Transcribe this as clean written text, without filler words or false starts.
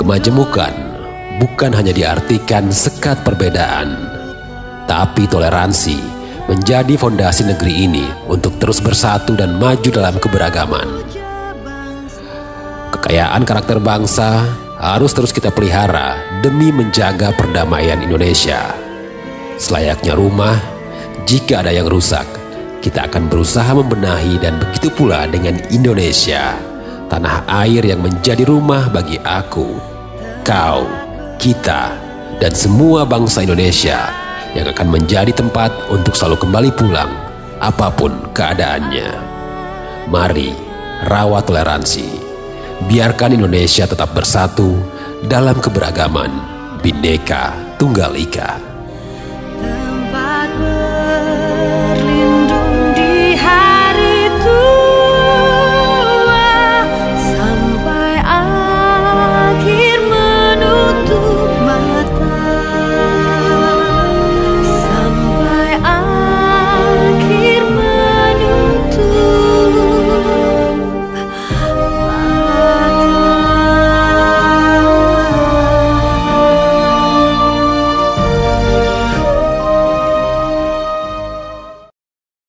Kemajemukan bukan hanya diartikan sekat perbedaan, tapi toleransi menjadi fondasi negeri ini untuk terus bersatu dan maju dalam keberagaman. Kekayaan karakter bangsa harus terus kita pelihara demi menjaga perdamaian Indonesia. Selayaknya rumah, jika ada yang rusak, kita akan berusaha membenahi, dan begitu pula dengan Indonesia, tanah air yang menjadi rumah bagi aku, kau, kita, dan semua bangsa Indonesia yang akan menjadi tempat untuk selalu kembali pulang, apapun keadaannya. Mari rawat toleransi. Biarkan Indonesia tetap bersatu dalam keberagaman Bhinneka Tunggal Ika.